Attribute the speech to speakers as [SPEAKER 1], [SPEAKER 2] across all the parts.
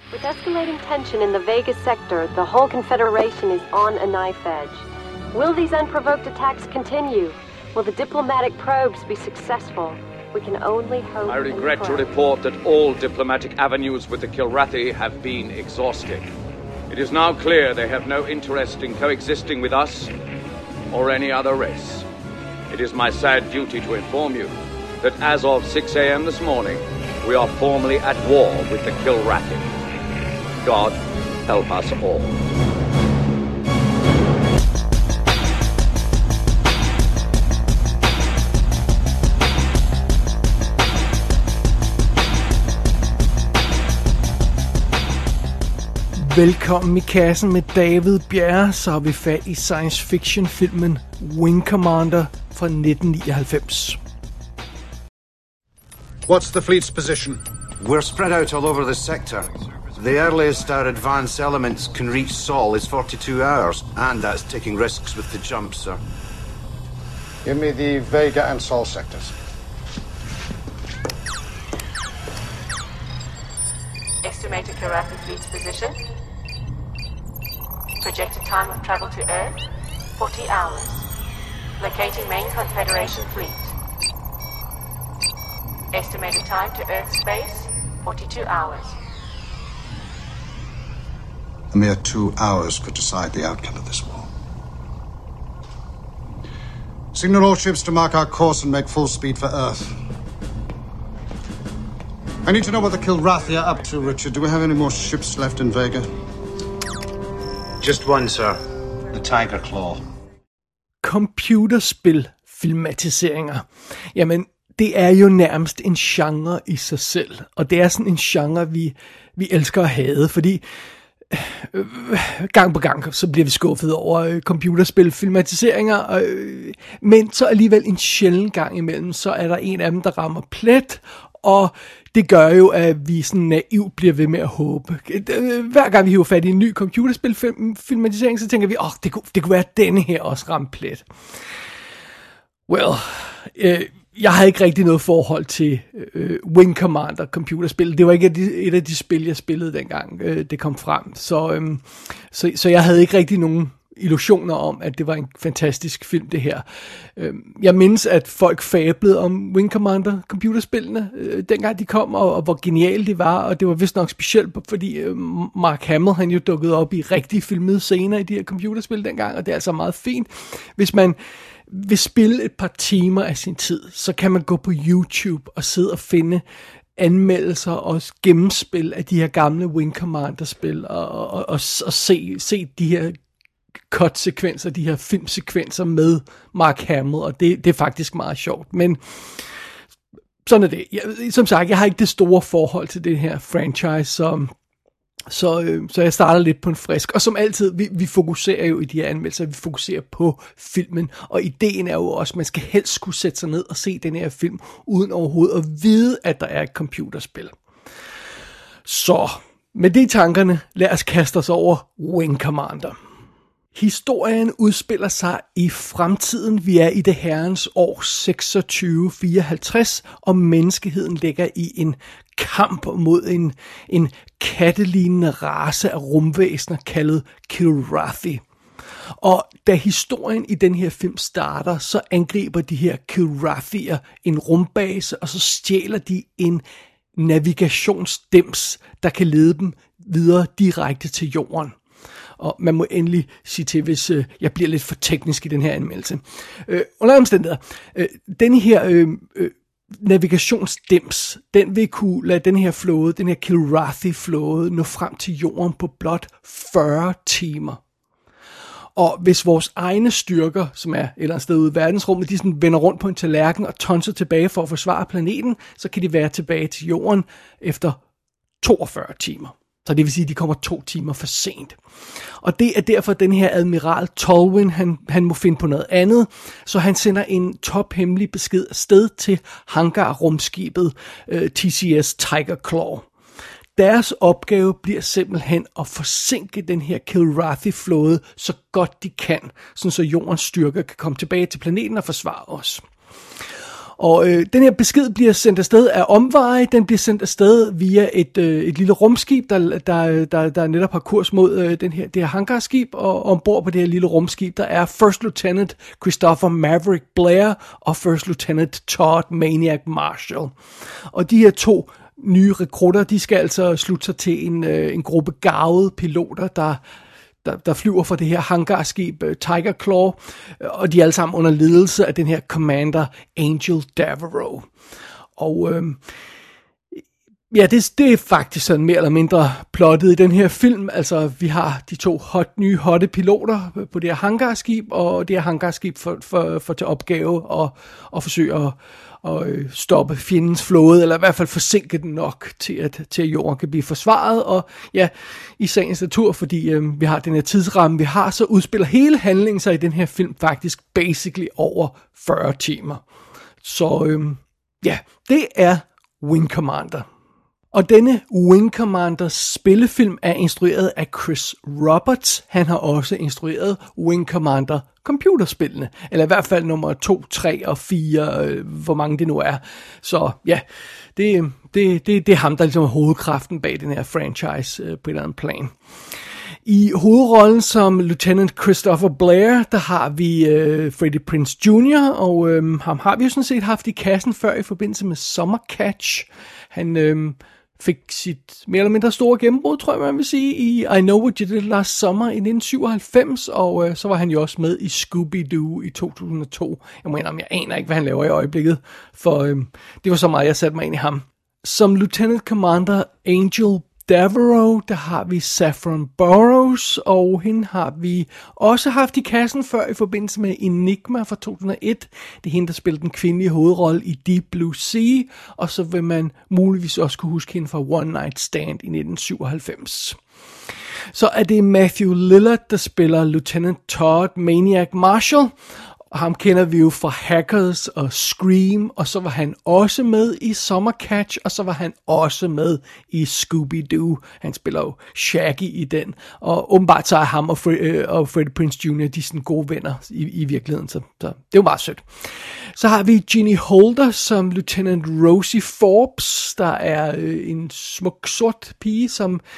[SPEAKER 1] With escalating tension in the Vega sector, the whole Confederation is on a knife edge. Will these unprovoked attacks continue? Will the diplomatic probes be successful? We can only hope.
[SPEAKER 2] I regret to report that all diplomatic avenues with the Kilrathi have been exhausted. It is now clear they have no interest in coexisting with us or any other race. It is my sad duty to inform you that as of 6 a.m. this morning, we are formally at war with the Kilrathi. God help us all.
[SPEAKER 3] Velkommen i kassen med David Bjerre, så har vi fat i science fiction filmen Wing Commander fra 1999.
[SPEAKER 4] What's the fleet's position?
[SPEAKER 5] We're spread out all over the sector. The earliest our advanced elements can reach Sol is 42 hours, and that's taking risks with the jump, sir.
[SPEAKER 4] Give me the Vega and Sol sectors.
[SPEAKER 6] Estimated Kilrathi fleet's position. Projected time of travel to Earth, 40 hours. Locating main Confederation fleet. Estimated time to Earth space, 42 hours.
[SPEAKER 7] A mere 2 hours could decide the outcome of this war.
[SPEAKER 4] Signal all ships to mark our course and make full speed for Earth. I need to know what the Kilrathi are up to, Richard. Do we have any more ships left in Vega?
[SPEAKER 5] Just one, sir. The Tiger Claw.
[SPEAKER 3] Computerspil filmatiseringer. Jamen, det er jo nærmest en genre i sig selv. Og det er sådan en genre, vi elsker at hade, fordi gang på gang, så bliver vi skuffet over computerspil filmatiseringer, men så alligevel en sjælden gang imellem, så er der en af dem, der rammer plet, og det gør jo, at vi sådan naivt bliver ved med at håbe. Hver gang vi hiver fat i en ny computerspil-filmatisering, så tænker vi, det kunne være, at denne her også ramte plet. Well, jeg havde ikke rigtig noget forhold til Wing Commander computerspil. Det var ikke et af de spil, jeg spillede dengang det kom frem. Så jeg havde ikke rigtig nogen illusioner om, at det var en fantastisk film, det her. Jeg mindes, at folk fablede om Wing Commander computerspillene, dengang de kom, og hvor geniale de var, og det var vist nok specielt, fordi Mark Hamill, han jo dukkede op i rigtig filmede scener i de her computerspil dengang, og det er altså meget fint. Hvis man vil spille et par timer af sin tid, så kan man gå på YouTube og sidde og finde anmeldelser og gennemspil af de her gamle Wing Commander-spil, og se de her cut-sekvenser, de her filmsekvenser med Mark Hamill, og det er faktisk meget sjovt, men sådan er det. Som sagt, jeg har ikke det store forhold til det her franchise, så jeg starter lidt på en frisk, og som altid, vi fokuserer jo i de her anmeldelser, vi fokuserer på filmen, og ideen er jo også, at man skal helst kunne sætte sig ned og se den her film, uden overhovedet at vide, at der er et computerspil. Så, med det i tankerne, lad os kaste os over Wing Commander. Historien udspiller sig i fremtiden. Vi er i det herrens år 2654, og menneskeheden ligger i en kamp mod en kattelignende race af rumvæsener kaldet Kilrathi. Og da historien i den her film starter, så angriber de her Kilrathier en rumbase, og så stjæler de en navigationsdims, der kan lede dem videre direkte til jorden. Og man må endelig sige til, hvis jeg bliver lidt for teknisk i den her anmeldelse. Under omstændigheder, den her navigationsdims, den vil kunne lade den her flåde, den her Kilrathi-flåde, nå frem til jorden på blot 40 timer. Og hvis vores egne styrker, som er et eller andet sted ude i verdensrummet, de sådan vender rundt på en tallerken og tonser tilbage for at forsvare planeten, så kan de være tilbage til jorden efter 42 timer. Så det vil sige, at de kommer 2 timer for sent. Og det er derfor, at den her admiral Tolwyn, han må finde på noget andet. Så han sender en tophemmelig besked afsted til hangar-rumskibet TCS Tiger Claw. Deres opgave bliver simpelthen at forsinke den her Kilrathi-flåde så godt de kan, så jordens styrker kan komme tilbage til planeten og forsvare os. Og den her besked bliver sendt afsted af omveje. Den bliver sendt afsted via et lille rumskib, der netop har kurs mod det her hangarskib. Og ombord på det her lille rumskib, der er First Lieutenant Christopher Maverick Blair og First Lieutenant Todd Maniac Marshall. Og de her to nye rekrutter, de skal altså slutte sig til en gruppe garvede piloter, der flyver fra det her hangarskib Tiger Claw, og de er alle sammen under ledelse af den her commander Angel Devereaux. Og ja, det er faktisk sådan mere eller mindre plottet i den her film. Altså, vi har de to nye hotte piloter på det her hangarskib, og det her hangarskib får til opgave at forsøge at stoppe fjendens flåde, eller i hvert fald forsinke den nok til at jorden kan blive forsvaret. Og ja, i sagens natur, fordi vi har den her tidsramme, vi har, så udspiller hele handlingen sig i den her film faktisk basically over 40 timer. Så ja, det er Wing Commander. Og denne Wing Commander spillefilm er instrueret af Chris Roberts. Han har også instrueret Wing Commander computerspillene, eller i hvert fald nummer 2, 3 og 4, hvor mange det nu er. Så ja, det er ham, der ligesom er hovedkraften bag den her franchise på et eller andet plan. I hovedrollen som Lieutenant Christopher Blair, der har vi Freddie Prinze Jr., og ham har vi jo sådan set haft i kassen før i forbindelse med Summer Catch. Han fik sit mere eller mindre store gennembrud, tror jeg, man vil sige, i I Know What You Did Last Summer i 1997, og så var han jo også med i Scooby-Doo i 2002. Jeg aner ikke, hvad han laver i øjeblikket, for det var så meget, jeg satte mig ind i ham. Som Lieutenant Commander Angel Devereaux, der har vi Saffron Burrows, og hende har vi også haft i kassen før i forbindelse med Enigma fra 2001. Det er hende, der spillede den kvindelige hovedrolle i Deep Blue Sea, og så vil man muligvis også kunne huske hende fra One Night Stand i 1997. Så er det Matthew Lillard, der spiller Lieutenant Todd Maniac Marshall, og ham kender vi jo fra Hackers og Scream, og så var han også med i Summer Catch, og så var han også med i Scooby-Doo. Han spiller jo Shaggy i den, og åbenbart så er ham og Freddie Prinze Jr. de sådan gode venner i virkeligheden, så det er jo meget sødt. Så har vi Ginny Holder som Lieutenant Rosie Forbes, der er en smuk sort pige,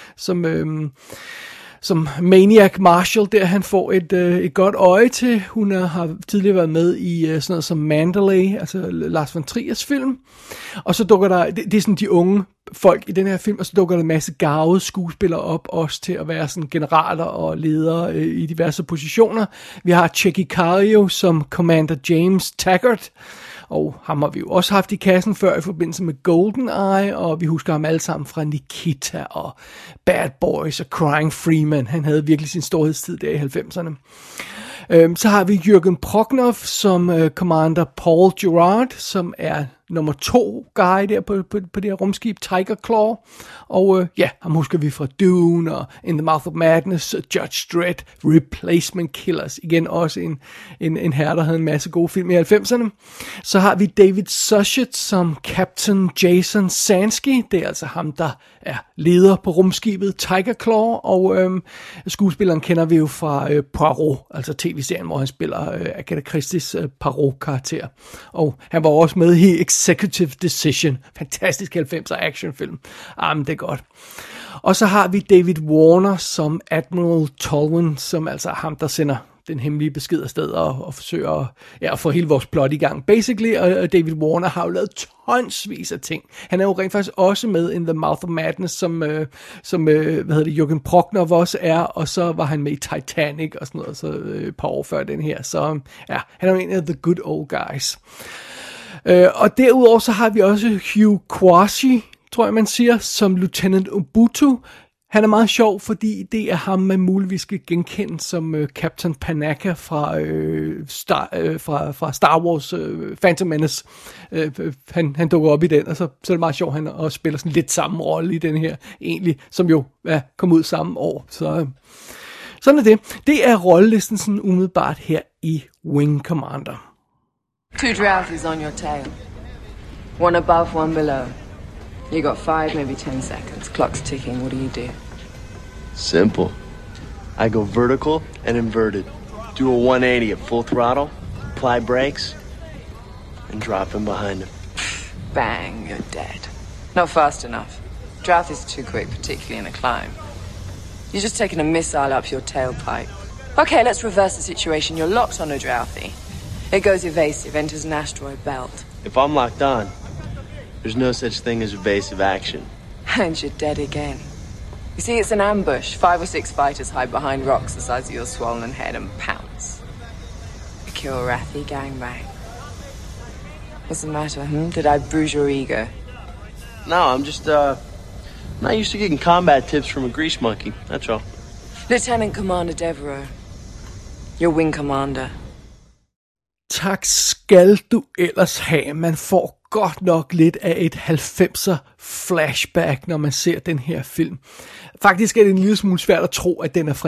[SPEAKER 3] som Maniac Marshall, der han får et godt øje til. Hun har tidligere været med i sådan noget som Mandalay, altså Lars von Triers film. Og så dukker der, det er sådan de unge folk i den her film, og så dukker der en masse garvede skuespillere op, også til at være sådan generaler og ledere i diverse positioner. Vi har Checky Cario som Commander James Taggart, og ham har vi jo også haft i kassen før i forbindelse med GoldenEye, og vi husker ham alle sammen fra Nikita og Bad Boys og Crying Freeman. Han havde virkelig sin storhedstid der i 90'erne. Så har vi Jürgen Prochnow som Commander Paul Gerard, som er nummer 2 guy der på det her rumskib, Tiger Claw. Og ja, ham husker vi fra Dune og In the Mouth of Madness, Judge Dredd, Replacement Killers. Igen også en herre, der havde en masse gode film i 90'erne. Så har vi David Suchet som Captain Jason Sansky. Det er altså ham, der er leder på rumskibet Tiger Claw. Og skuespilleren kender vi jo fra Poirot, altså tv-serien, hvor han spiller Agatha Christies Poirot-karakter. Og han var også med i Executive Decision. Fantastisk 90'er actionfilm. Det er godt. Og så har vi David Warner som Admiral Tolwyn, som altså er ham, der sender den hemmelige besked afsted og forsøger at få hele vores plot i gang. Basically, og David Warner har jo lavet tonsvis af ting. Han er jo rent faktisk også med in The Mouth of Madness, som Jürgen Prochnow også er, og så var han med i Titanic og sådan noget, så et par år før den her. Så ja, han er jo en af the good old guys. Og derudover så har vi også Hugh Quarshie, tror jeg man siger, som Lieutenant Ubuntu. Han er meget sjov, fordi det er ham, man muligvis skal genkende som Captain Panaka fra Star Wars Phantom Menace. Han dukker op i den, og så er det meget sjovt, han også spiller sådan lidt samme rolle i den her, egentlig, som jo kom ud samme år. Så sådan er det. Det er rollelisten sådan umiddelbart her i Wing Commander.
[SPEAKER 8] 2 Drowsies on your tail. 1 above, 1 below. You got 5, maybe 10 seconds. Clock's ticking. What do?
[SPEAKER 9] Simple. I go vertical and inverted. Do a 180 at full throttle. Apply brakes. and drop him behind him.
[SPEAKER 8] Bang, you're dead. Not fast enough. Draft is too quick, particularly in a climb. You're just taking a missile up your tailpipe. Okay, let's reverse the situation. You're locked on a Drouthy. It goes evasive, enters an asteroid belt.
[SPEAKER 9] If I'm locked on, there's no such thing as evasive action.
[SPEAKER 8] And you're dead again. You see, it's an ambush. 5 or 6 fighters hide behind rocks the size of your swollen head and pounce. A Kilrathi gangbang. What's the matter, Did I bruise your ego?
[SPEAKER 9] No, I'm just, not used to getting combat tips from a grease monkey, that's all.
[SPEAKER 8] Lieutenant Commander Devereaux. Your wing commander.
[SPEAKER 3] Tak skal du ellers have. Man får godt nok lidt af et 90'er flashback, når man ser den her film. Faktisk er det en lille smule svært at tro, at den er fra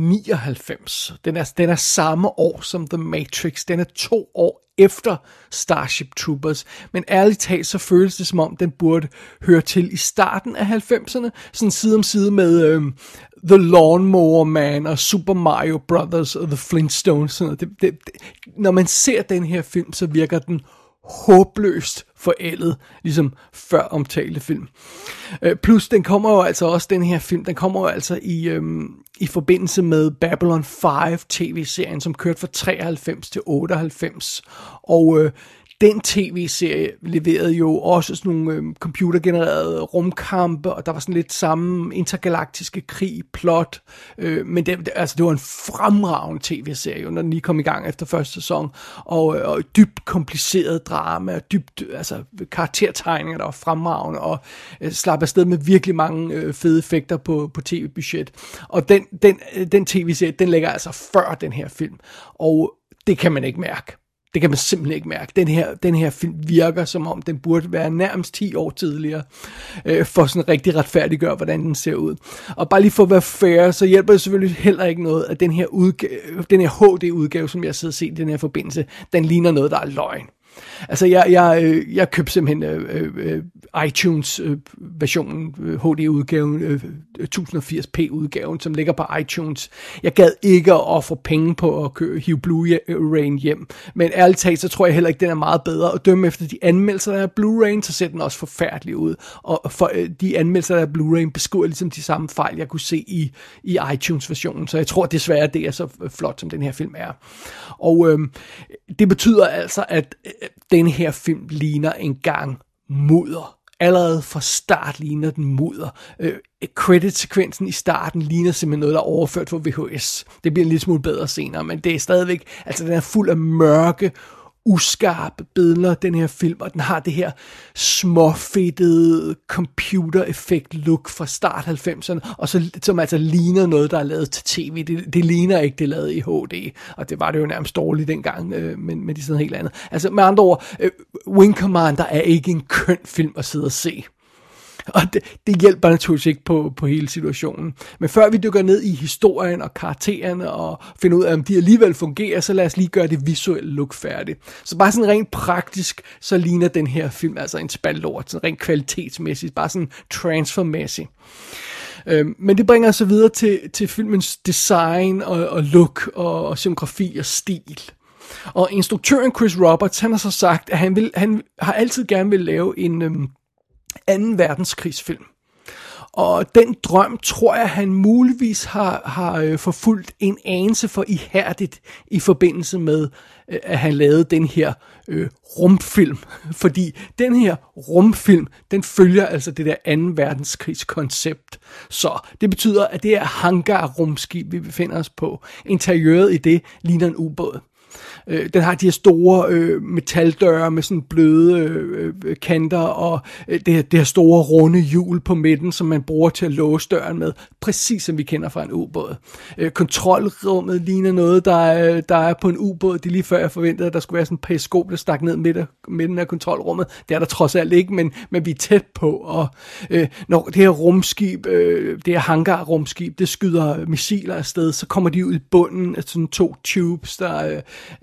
[SPEAKER 3] 1999. Den er samme år som The Matrix. Den er 2 år efter Starship Troopers. Men ærligt talt, så føles det som om, den burde høre til i starten af 90'erne. Sådan side om side med The Lawnmower Man og Super Mario Brothers og The Flintstones. Sådan når man ser den her film, så virker den håbløst forældet, ligesom før omtalte film. Plus, den kommer jo altså også, den her film, den kommer jo altså i forbindelse med Babylon 5 tv-serien, som kørte fra 93 til 98. Og den tv-serie leverede jo også sådan nogle computergenererede rumkampe, og der var sådan lidt samme intergalaktiske krig, plot, men det var en fremragende tv-serie, når den lige kom i gang efter første sæson, og dybt kompliceret drama, og dybt, karaktertegninger, der var fremragende, og slap afsted med virkelig mange fede effekter på tv-budget. Og den tv-serie, den ligger altså før den her film, og det kan man ikke mærke. Det kan man simpelthen ikke mærke. Den her film virker, som om den burde være nærmest 10 år tidligere, for sådan rigtig retfærdiggøre, hvordan den ser ud. Og bare lige for at være fair, så hjælper det selvfølgelig heller ikke noget, at den her HD-udgave, som jeg sidder og set i den her forbindelse, den ligner noget, der er løgn. Altså, jeg købte simpelthen iTunes-versionen, HD-udgaven, 1080p-udgaven, som ligger på iTunes. Jeg gad ikke at ofre penge på at hive Blu-ray hjem, men ærligt talt, så tror jeg heller ikke, den er meget bedre. Og dømme efter de anmeldelser, der er Blu-ray, så ser den også forfærdelig ud. Og for de anmeldelser, der er Blu-ray, beskriver ligesom de samme fejl, jeg kunne se i iTunes-versionen. Så jeg tror desværre, det er så flot, som den her film er. Og det betyder altså, at den her film ligner en gang mudder. Allerede fra start ligner den mudder. Credit-sekvensen i starten ligner simpelthen noget, der er overført fra VHS. Det bliver en lille smule bedre senere, men det er stadigvæk, altså den er fuld af mørke, uskarpe billeder, den her film, og den har det her småfedtede computer-effekt look fra start 90'erne, og så, som altså ligner noget, der er lavet til tv. Det ligner ikke, det er lavet i HD, og det var det jo nærmest dårligt dengang, men det er sådan helt andet. Altså med andre ord, Wing Commander er ikke en køn film at sidde og se. Og det hjælper naturligvis ikke på hele situationen. Men før vi dykker ned i historien og karaktererne og finder ud af, om de alligevel fungerer, så lad os lige gøre det visuelle look færdigt. Så bare sådan rent praktisk, så ligner den her film altså en spaldlort, sådan rent kvalitetsmæssigt, bare sådan transfermæssigt. Men det bringer os så videre til filmens design og look og scenografi og stil. Og instruktøren Chris Roberts, han har så sagt, at han har altid gerne vil lave en 2. verdenskrigsfilm. Og den drøm tror jeg, han muligvis har forfulgt en anelse for ihærdigt i forbindelse med, at han lavede den her rumfilm. Fordi den her rumfilm, den følger altså det der 2. verdenskrigskoncept. Så det betyder, at det er hangar-rumskib, vi befinder os på. Interiøret i det ligner en ubåd. Den har de her store metaldøre med sådan bløde kanter og det her store runde hjul på midten, som man bruger til at låse døren med, præcis som vi kender fra en ubåd. Kontrolrummet ligner noget, der er på en ubåd. Det er lige før jeg forventede, at der skulle være sådan en periskop, der stak ned midten af kontrolrummet. Det er der trods alt ikke, men vi er tæt på. Og når det her rumskib, det her hangar-rumskib, det skyder missiler afsted, så kommer de ud i bunden af sådan 2 tubes, der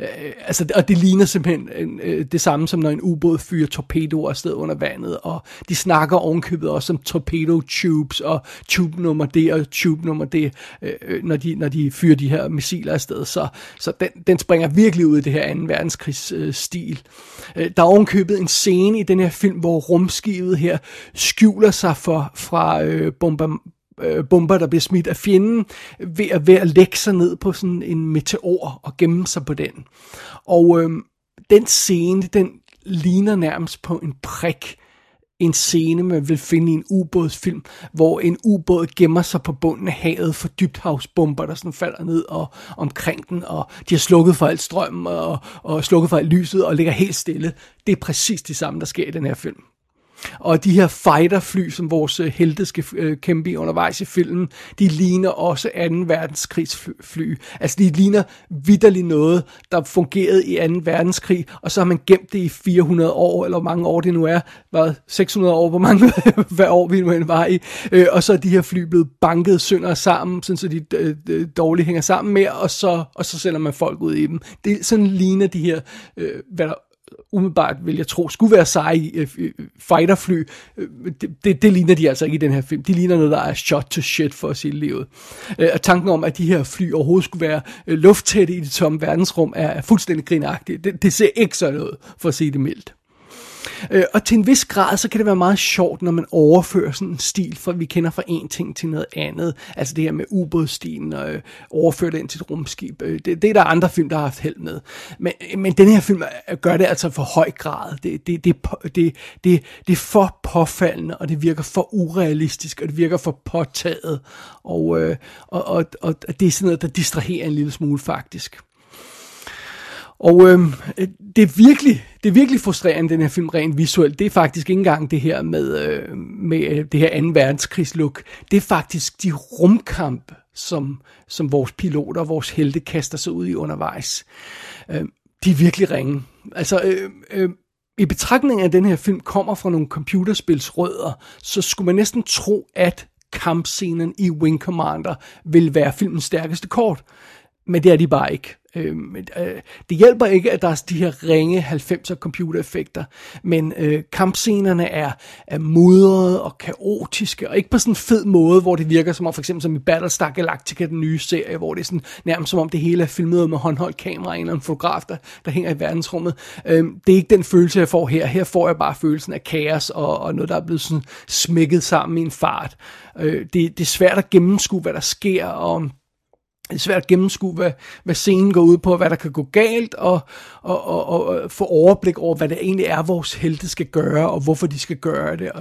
[SPEAKER 3] Og det ligner simpelthen det samme som når en ubåd fyrer torpedoer afsted under vandet, og de snakker ovenkøbet også om torpedo tubes og tube nummer det og tube nummer det, når de fyrer de her missiler afsted. Så den springer virkelig ud i det her 2. verdenskrigs der er ovenkøbet en scene i den her film, hvor rumskibet her skjuler sig fra bomber, der bliver smidt af fjenden, ved at lægge sig ned på sådan en meteor og gemme sig på den. Og den scene, den ligner nærmest på en prik en scene, man vil finde i en ubådsfilm, hvor en ubåd gemmer sig på bunden af havet for dybthavsbomber, der sådan falder ned og omkring den, og de har slukket for alt strømmen og slukket for alt lyset og ligger helt stille. Det er præcis det samme, der sker i den her film. Og de her fighterfly, som vores helte skal kæmpe i undervejs i filmen, de ligner også 2. verdenskrigsfly. Altså de ligner vitterligt noget, der fungerede i 2. verdenskrig, og så har man gemt det i 400 år, eller hvor mange år det nu er, 600 år, hvor mange hver år vi nu var i, og så er de her fly blevet banket sønder sammen, sådan så de dårligt hænger sammen med, og så sender man folk ud i dem. Sådan ligner de her, hvad der umiddelbart vil jeg tro skulle være seje fighterfly. Det ligner de altså ikke i den her film. De ligner noget, der er shot to shit, for at sige livet. Og tanken om, at de her fly overhovedet skulle være lufttætte i det tomme verdensrum, er fuldstændig grinagtigt. Det ser ikke sådan ud, for at sige det mildt. Og til en vis grad, så kan det være meget sjovt, når man overfører sådan en stil, for vi kender fra en ting til noget andet. Altså det her med ubådsstilen og overføre den til et rumskib. Det er der andre film, der har haft held med. Men den her film gør det altså for høj grad. Det er for påfaldende, og det virker for urealistisk, og det virker for påtaget. Og det er sådan noget, der distraherer en lille smule faktisk. Og det er virkelig frustrerende, den her film rent visuelt. Det er faktisk ikke engang det her med det her 2. verdenskrigslook. Det er faktisk de rumkamp, som vores piloter og vores helte kaster sig ud i undervejs. De er virkelig ringe. Altså, i betragtning af, at den her film kommer fra nogle computerspilsrødder, så skulle man næsten tro, at kampscenen i Wing Commander vil være filmens stærkeste kort. Men det er de bare ikke. Det hjælper ikke, at der er de her ringe 90'er computereffekter, men kampscenerne er mudrede og kaotiske, og ikke på sådan en fed måde, hvor det virker som om, for eksempel som i Battlestar Galactica, den nye serie, hvor det er sådan nærmest som om det hele er filmet med håndholdt kamera, en eller anden fotograf, der hænger i verdensrummet. Det er ikke den følelse, jeg får her. Her får jeg bare følelsen af kaos og noget, der er blevet sådan smækket sammen i en fart. Det er svært at gennemskue, hvad der sker, og det er svært at gennemskue, hvad scenen går ud på, hvad der kan gå galt, og få overblik over, hvad det egentlig er, vores helte skal gøre, og hvorfor de skal gøre det.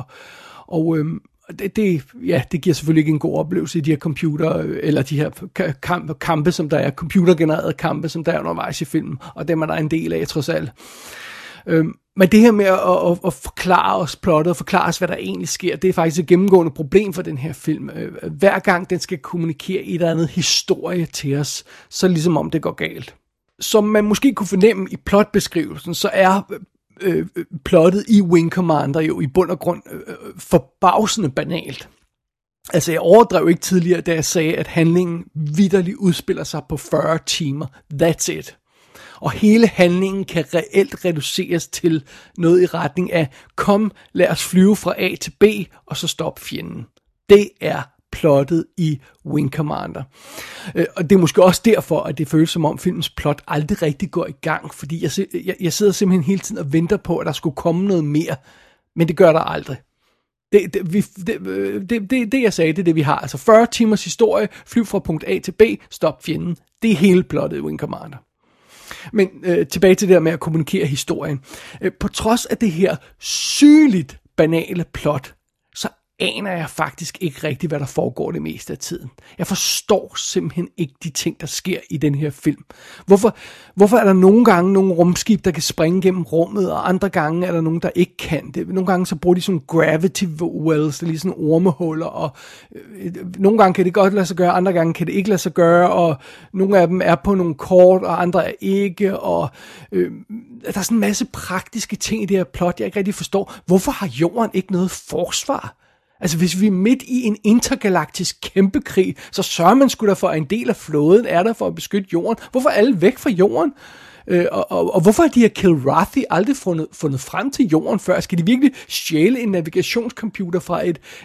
[SPEAKER 3] Det giver selvfølgelig ikke en god oplevelse i de her computer, eller de her kampe, som der er, computergenererede kampe, som der er undervejs i filmen, og dem er der en del af, trods alt. Men det her med at forklare os plottet og forklare os, hvad der egentlig sker, det er faktisk et gennemgående problem for den her film. Hver gang den skal kommunikere et eller andet historie til os, så ligesom om det går galt. Som man måske kunne fornemme i plotbeskrivelsen, så er plottet i Wing Commander jo i bund og grund forbavsende banalt. Altså jeg overdrev ikke tidligere, da jeg sagde, at handlingen vitterligt udspiller sig på 40 timer. That's it. Og hele handlingen kan reelt reduceres til noget i retning af, kom, lad os flyve fra A til B, og så stop fjenden. Det er plottet i Wing Commander. Og det er måske også derfor, at det føles som om filmens plot aldrig rigtig går i gang, fordi jeg sidder simpelthen hele tiden og venter på, at der skulle komme noget mere, men det gør der aldrig. Det jeg sagde, det er det vi har. Altså 40 timers historie, flyv fra punkt A til B, stop fjenden. Det er hele plottet i Wing Commander. Men tilbage til det der med at kommunikere historien. På trods af det her sygeligt banale plot, så aner jeg faktisk ikke rigtigt, hvad der foregår det meste af tiden. Jeg forstår simpelthen ikke de ting, der sker i den her film. Hvorfor er der nogle gange nogle rumskib, der kan springe gennem rummet, og andre gange er der nogen, der ikke kan det? Nogle gange så bruger de sådan gravity wells, der er lige sådan ormehuller, og nogle gange kan det godt lade sig gøre, andre gange kan det ikke lade sig gøre, og nogle af dem er på nogle kort, og andre er ikke, og der er sådan en masse praktiske ting i det her plot, jeg ikke rigtig forstår. Hvorfor har jorden ikke noget forsvar? Altså, hvis vi er midt i en intergalaktisk kæmpekrig, så sørger man sgu da for, at en del af flåden er der for at beskytte jorden. Hvorfor er alle væk fra jorden? Og hvorfor har de her Kilrathi aldrig fundet frem til jorden før? Skal de virkelig stjæle en navigationscomputer fra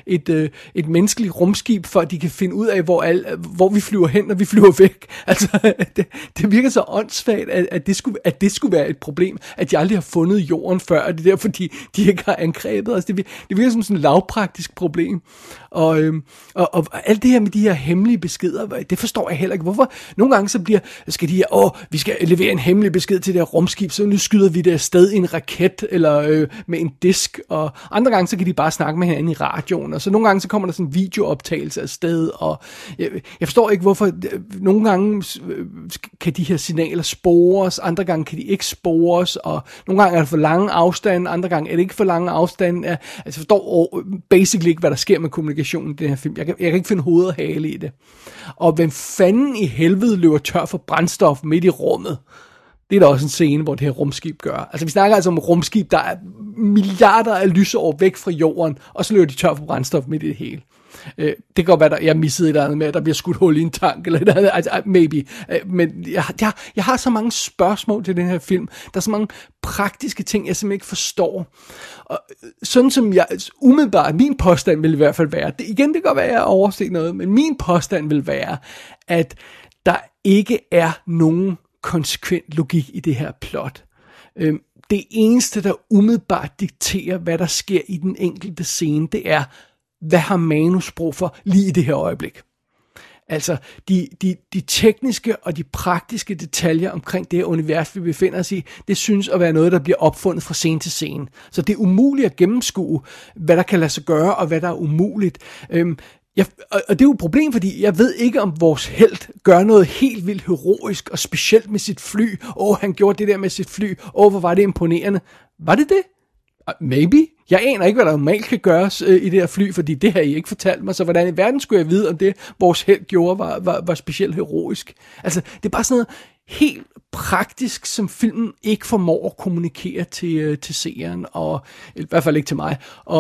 [SPEAKER 3] et menneskeligt rumskib, for at de kan finde ud af, hvor vi flyver hen, når vi flyver væk? Altså, det virker så åndssvagt, at det skulle være et problem, at de aldrig har fundet jorden før, og det er derfor, de ikke har angrebet os. Det virker som sådan et lavpraktisk problem. Og alt det her med de her hemmelige beskeder, det forstår jeg heller ikke. Hvorfor? Nogle gange så skal de her, vi skal levere en hemmelig besked til det her rumskib, så nu skyder vi det afsted i en raket, eller med en disk, og andre gange så kan de bare snakke med hinanden i radioen, og så nogle gange så kommer der sådan en videooptagelse afsted, og jeg forstår ikke, hvorfor nogle gange kan de her signaler spores, andre gange kan de ikke spores, og nogle gange er det for lange afstande, andre gange er det ikke for lange afstande. Altså jeg forstår basically ikke, hvad der sker med kommunikationen i den her film. Jeg kan ikke finde hoved og hale i det. Og hvem fanden i helvede løber tør for brændstof midt i rummet? Det er da også en scene, hvor det her rumskib gør. Altså vi snakker altså om et rumskib, der er milliarder af lysår væk fra jorden, og så løber de tør for brændstof midt i det hele. Det kan godt være, at jeg missede et eller andet med, at der bliver skudt hul i en tank, eller et andet, altså, maybe. Men jeg har så mange spørgsmål til den her film. Der er så mange praktiske ting, jeg simpelthen ikke forstår. Og sådan som jeg umiddelbart, min påstand vil i hvert fald være, det kan godt være, at jeg har overset noget, men min påstand vil være, at der ikke er nogen konsekvent logik i det her plot. Det eneste, der umiddelbart dikterer, hvad der sker i den enkelte scene, det er, hvad har manus brug for lige i det her øjeblik. Altså, de tekniske og de praktiske detaljer omkring det her univers, vi befinder os i, det synes at være noget, der bliver opfundet fra scene til scene. Så det er umuligt at gennemskue, hvad der kan lade sig gøre, og hvad der er umuligt. Og det er jo et problem, fordi jeg ved ikke, om vores helt gør noget helt vildt heroisk og specielt med sit fly. Han gjorde det der med sit fly. Hvor var det imponerende. Var det det? Maybe. Jeg aner ikke, hvad der normalt kan gøres i det her fly, fordi det har I ikke fortalt mig. Så hvordan i verden skulle jeg vide, om det, vores helt gjorde, var specielt heroisk? Altså, det er bare sådan noget helt praktisk, som filmen ikke formår at kommunikere til seeren, og i hvert fald ikke til mig.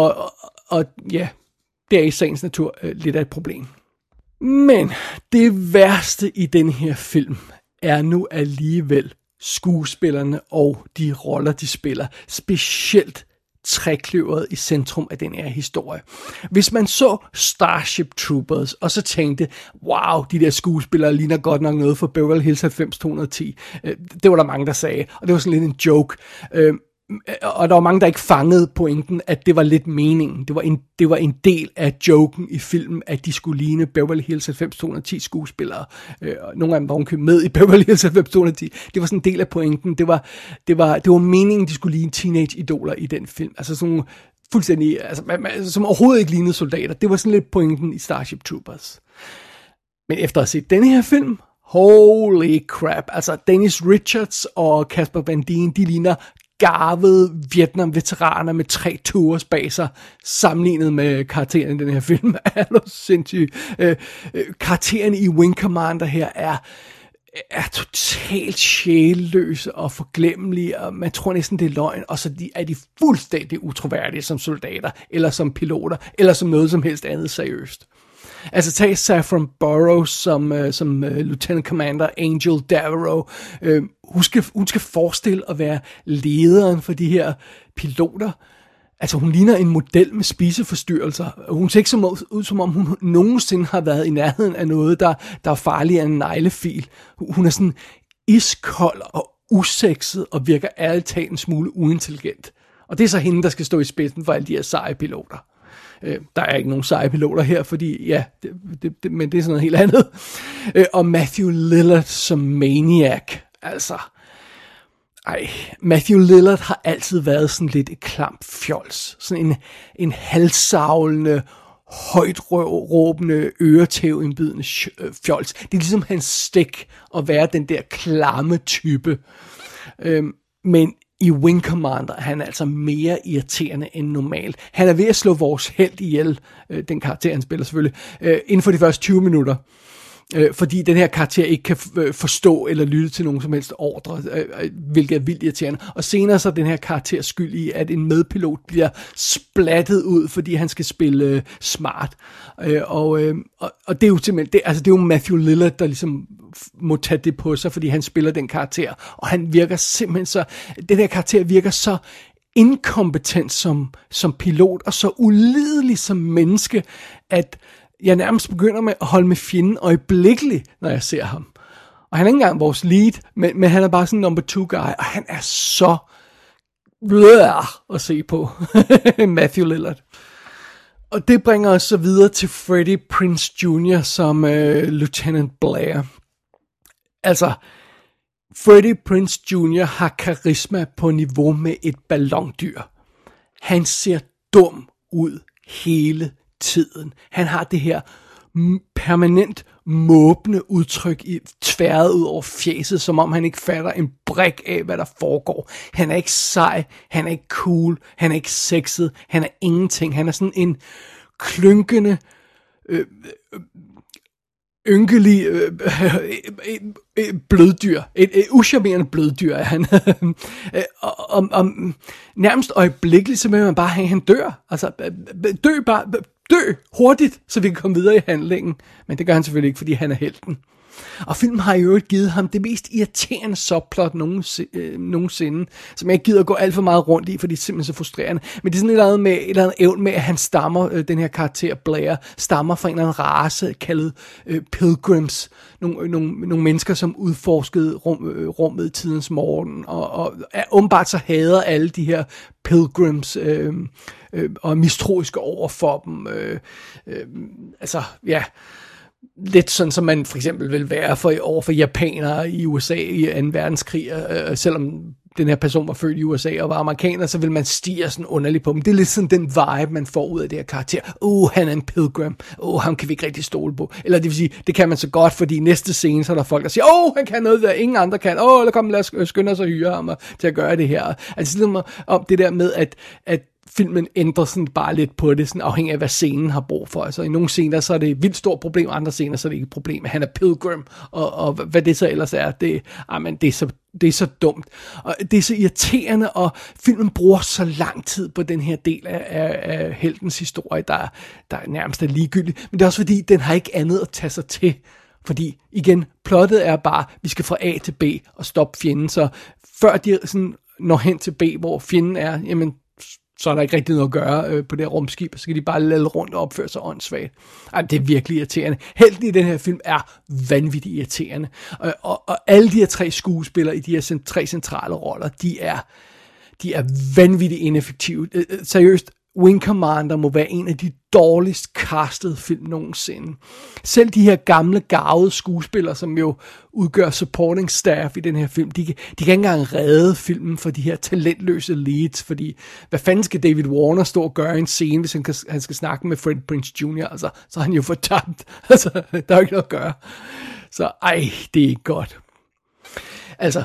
[SPEAKER 3] Og ja, det er i sagens natur lidt af et problem. Men det værste i den her film er nu alligevel skuespillerne og de roller, de spiller. Specielt trekløveret i centrum af den her historie. Hvis man så Starship Troopers, og så tænkte, wow, de der skuespillere ligner godt nok noget for Beverly Hills 90210. Det var der mange, der sagde, og det var sådan lidt en joke. Og der var mange, der ikke fangede pointen, at det var lidt meningen. Det var en del af joken i filmen, at de skulle ligne Beverly Hills 90210 skuespillere. Nogle af dem var med i Beverly Hills 90210. Det var sådan en del af pointen. Det var meningen, de skulle ligne teenage-idoler i den film. Altså sådan fuldstændig, altså, som overhovedet ikke lignede soldater. Det var sådan lidt pointen i Starship Troopers. Men efter at have set denne her film, holy crap. Altså Dennis Richards og Casper Van Dien, de ligner garvede Vietnam-veteraner med 3 tours bag sig, sammenlignet med karakteren i den her film. Er sindssygt. Karakteren i Wing Commander her er totalt sjælløse og forglemmelige, og man tror næsten, det er løgn, og så er de fuldstændig utroværdige som soldater, eller som piloter, eller som noget som helst andet seriøst. Altså tag Saffron Burrows som Lieutenant Commander Angel Devereaux. Hun skal forestille at være lederen for de her piloter. Altså hun ligner en model med spiseforstyrrelser. Hun ser ikke ud som om hun nogensinde har været i nærheden af noget, der er farligere end en neglefil. Hun er sådan iskold og usekset og virker ærligt talt en smule uintelligent. Og det er så hende, der skal stå i spidsen for alle de her seje piloter. Der er ikke nogen seje piloter her, fordi ja, men det er sådan noget helt andet. Og Matthew Lillard som Maniac, altså. Matthew Lillard har altid været sådan lidt et klamt fjols. Sådan en halvsavlende, højt råbende, øretævindbydende fjols. Det er ligesom hans stik at være den der klamme type. Men i Wing Commander er han altså mere irriterende end normalt. Han er ved at slå vores helt ihjel, den karakter han spiller selvfølgelig, inden for de første 20 minutter. fordi den her karakter ikke kan forstå eller lytte til nogen som helst ordre, hvilket er vildt irriterende. Og senere så er den her karakter skyld i, at en medpilot bliver splattet ud, fordi han skal spille smart. Og det er jo simpelthen, det er jo Matthew Lillard, der ligesom må tage det på sig, fordi han spiller den karakter, og han virker simpelthen så, den her karakter virker så inkompetent som pilot, og så ulidelig som menneske, at jeg nærmest begynder med at holde med fjenden øjeblikkeligt, når jeg ser ham. Og han er ikke engang vores lead, men han er bare sådan en number 2 guy, og han er så at se på. Matthew Lillard. Og det bringer os så videre til Freddie Prinze Jr. som Lieutenant Blair. Altså, Freddie Prinze Jr. har karisma på niveau med et ballondyr. Han ser dum ud hele tiden. Han har det her permanent måbende udtryk tværet ud over fjeset, som om han ikke fatter en brik af, hvad der foregår. Han er ikke sej, han er ikke cool, han er ikke sexet, han er ingenting. Han er sådan en klynkende, ynkelig bløddyr. Et uschammerende bløddyr er han. og nærmest øjeblikkeligt, så vil man bare have, at han dør. Altså, dø hurtigt, så vi kan komme videre i handlingen. Men det gør han selvfølgelig ikke, fordi han er helten. Og filmen har jo givet ham det mest irriterende subplot nogensinde, som jeg ikke gider at gå alt for meget rundt i, for det er simpelthen så frustrerende. Men det er sådan et eller andet evne med, at han stammer, den her karakter Blair, stammer fra en eller anden race kaldet pilgrims. Nogle mennesker, som udforskede rummet i tidens morgen, og åbenbart så hader alle de her pilgrims og er mistroiske over for dem. Altså, ja, lidt sådan, som man for eksempel vil være over for japanere i USA i 2. verdenskrig, selvom den her person var født i USA og var amerikaner, så vil man stige sådan underligt på dem. Det er lidt sådan den vibe, man får ud af det her karakter. Han er en pilgrim. Ham kan vi ikke rigtig stole på. Eller det vil sige, det kan man så godt, fordi i næste scene, så er der folk, der siger, han kan noget, der ingen andre kan. Lad os skynde os og hyre ham til at gøre det her. Altså det om det der med, at filmen ændrer sådan bare lidt på det, sådan afhængig af, hvad scenen har brug for. Altså i nogle scener, så er det et vildt stort problem, andre scener, så er det ikke et problem. Han er pilgrim, og hvad det så ellers er, det er så dumt. Og det er så irriterende, og filmen bruger så lang tid på den her del af heltens historie, der nærmest er ligegyldig. Men det er også fordi, den har ikke andet at tage sig til. Fordi, igen, plottet er bare, vi skal fra A til B og stoppe fjenden, så før de sådan når hen til B, hvor fjenden er, jamen, så er der ikke rigtig noget at gøre på det her rumskib, og så kan de bare lade rundt og opføre sig åndssvagt. Det er virkelig irriterende. Helten i den her film er vanvittigt irriterende. Og alle de her 3 skuespillere i de her 3 centrale roller, de er vanvittigt ineffektive. Seriøst, Wing Commander må være en af de dårligst castede film nogensinde. Selv de her gamle, garvede skuespillere, som jo udgør supporting staff i den her film, de kan ikke engang redde filmen for de her talentløse leads, fordi hvad fanden skal David Warner stå og gøre i en scene, hvis han skal snakke med Freddie Prinze Jr., altså, så er han jo fortabt. Altså, der er jo ikke noget at gøre. Så det er ikke godt. Altså,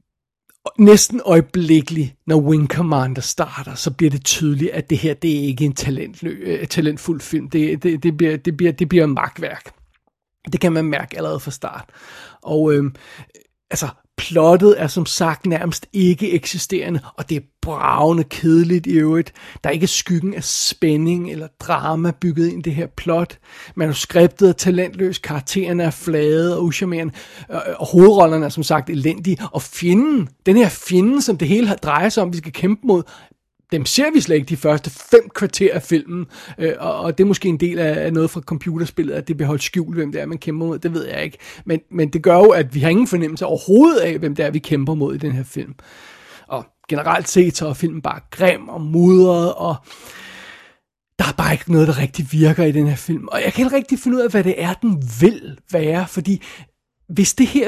[SPEAKER 3] næsten øjeblikkeligt, når Wing Commander starter, så bliver det tydeligt, at det her, det er ikke en talentfuld film. Det bliver magtværk. Det kan man mærke allerede fra start. Og plottet er som sagt nærmest ikke eksisterende, og det er bravende kedeligt i øvrigt. Der er ikke skyggen af spænding eller drama bygget ind i det her plot. Manuskriptet er talentløst, karaktererne er flade og uschammerende, og hovedrollerne er som sagt elendige, og den her fjende, som det hele drejer sig om, vi skal kæmpe mod, dem ser vi slet ikke de første 5 kvarter af filmen, og det er måske en del af noget fra computerspillet, at det bliver holdt skjult, hvem det er, man kæmper mod, det ved jeg ikke. Men det gør jo, at vi har ingen fornemmelse overhovedet af, hvem det er, vi kæmper mod i den her film. Og generelt set, så er filmen bare grim og mudret, og der er bare ikke noget, der rigtig virker i den her film. Og jeg kan ikke rigtig finde ud af, hvad det er, den vil være, fordi hvis det her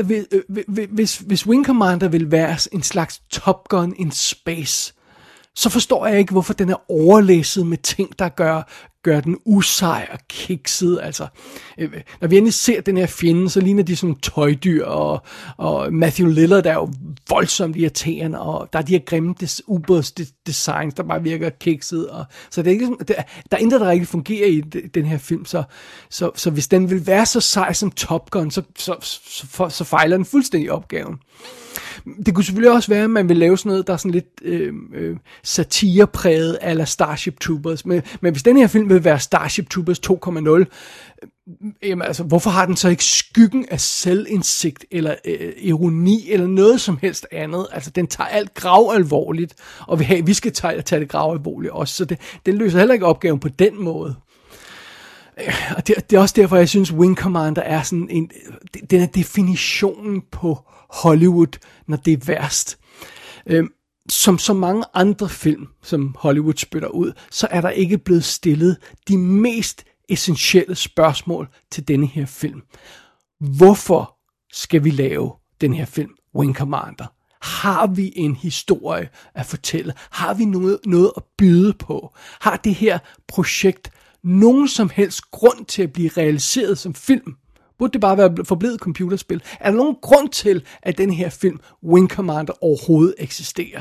[SPEAKER 3] hvis Wing Commander vil være en slags Top Gun in space, så forstår jeg ikke, hvorfor den er overlæsset med ting, der gør gøre den usej og kikset. Altså, når vi endelig ser den her fjende, så ligner de sådan nogle tøjdyr, og Matthew Lillard er jo voldsomt irriterende, og der er de her grimme ubådsdesigns, der bare virker kikset. Og, så det er ikke, der er intet, der rigtig fungerer i den her film, så hvis den vil være så sej som Top Gun, så fejler den fuldstændig opgaven. Det kunne selvfølgelig også være, at man vil lave sådan noget, der er sådan lidt satirepræget a la Starship Troopers. Men hvis den her film vil være Starship Troopers 2.0, jamen altså, hvorfor har den så ikke skyggen af selvindsigt eller ironi eller noget som helst andet? Altså, den tager alt gravalvorligt, og vi skal tage det gravalvorligt også, så den løser heller ikke opgaven på den måde. Og det er også derfor, jeg synes, Wing Commander er sådan den er definitionen på Hollywood, når det er værst. Som så mange andre film, som Hollywood spytter ud, så er der ikke blevet stillet de mest essentielle spørgsmål til denne her film. Hvorfor skal vi lave den her film, Wing Commander? Har vi en historie at fortælle? Har vi noget at byde på? Har det her projekt nogen som helst grund til at blive realiseret som film? Burde det bare være forblevet computerspil? Er der nogen grund til, at den her film, Wing Commander, overhovedet eksisterer?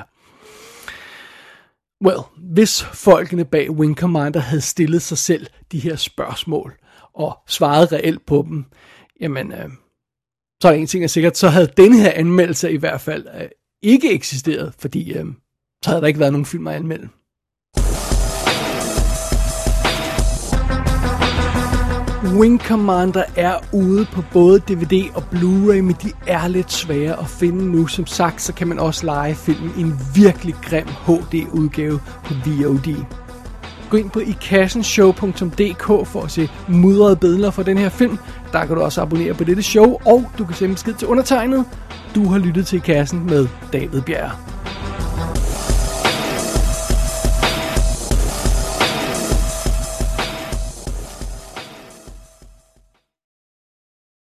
[SPEAKER 3] Well, hvis folkene bag Wing Commander havde stillet sig selv de her spørgsmål, og svaret reelt på dem, jamen, så er der en ting er sikkert, så havde denne her anmeldelse i hvert fald ikke eksisteret, fordi så havde der ikke været nogen film at anmelde. Wing Commander er ude på både DVD og Blu-ray, men de er lidt svære at finde nu. Som sagt, så kan man også leje filmen i en virkelig grim HD-udgave på VOD. Gå ind på ikassenshow.dk for at se mudrede billeder fra den her film. Der kan du også abonnere på dette show, og du kan sende besked til undertegnet. Du har lyttet til I Kassen med David Bjerg.